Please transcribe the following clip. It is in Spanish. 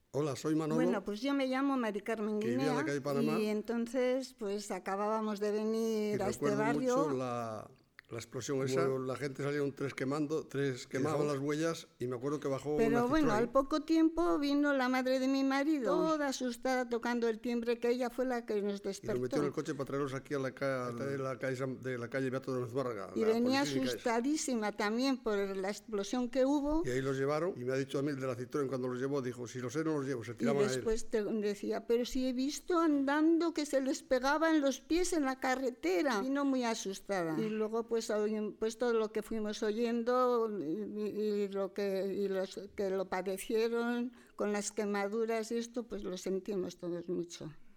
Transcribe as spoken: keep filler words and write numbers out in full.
Hola, soy Manolo. Bueno, pues yo me llamo Mari Carmen Que vivía en Guinea la calle Panamá. y entonces pues acabábamos de Y venir a este recuerdo barrio. mucho la, la explosión esa. Como la gente salieron tres quemando, tres quemaban las huellas y me acuerdo que bajó Pero una bueno, Citroën. al poco tiempo vino la madre de mi marido, toda asustada tocando el timbre, que ella fue la que nos Y despertó. nos metió en el coche para traerlos aquí a la, ca de la calle de la calle Beato de Zumárraga. Y venía asustadísima también por la explosión que hubo. Y ahí los llevaron y me ha dicho a mí el de la Citroën cuando los llevó, dijo, si los sé no los llevo, se tiraban a él. Y después te decía, pero si he visto andando que se les pegaban los pies en la carretera. Vino muy asustada. Y luego pues, pues todo lo que fuimos oyendo y, y lo que, y los que lo padecieron con las quemaduras y esto, pues lo sentimos todos mucho.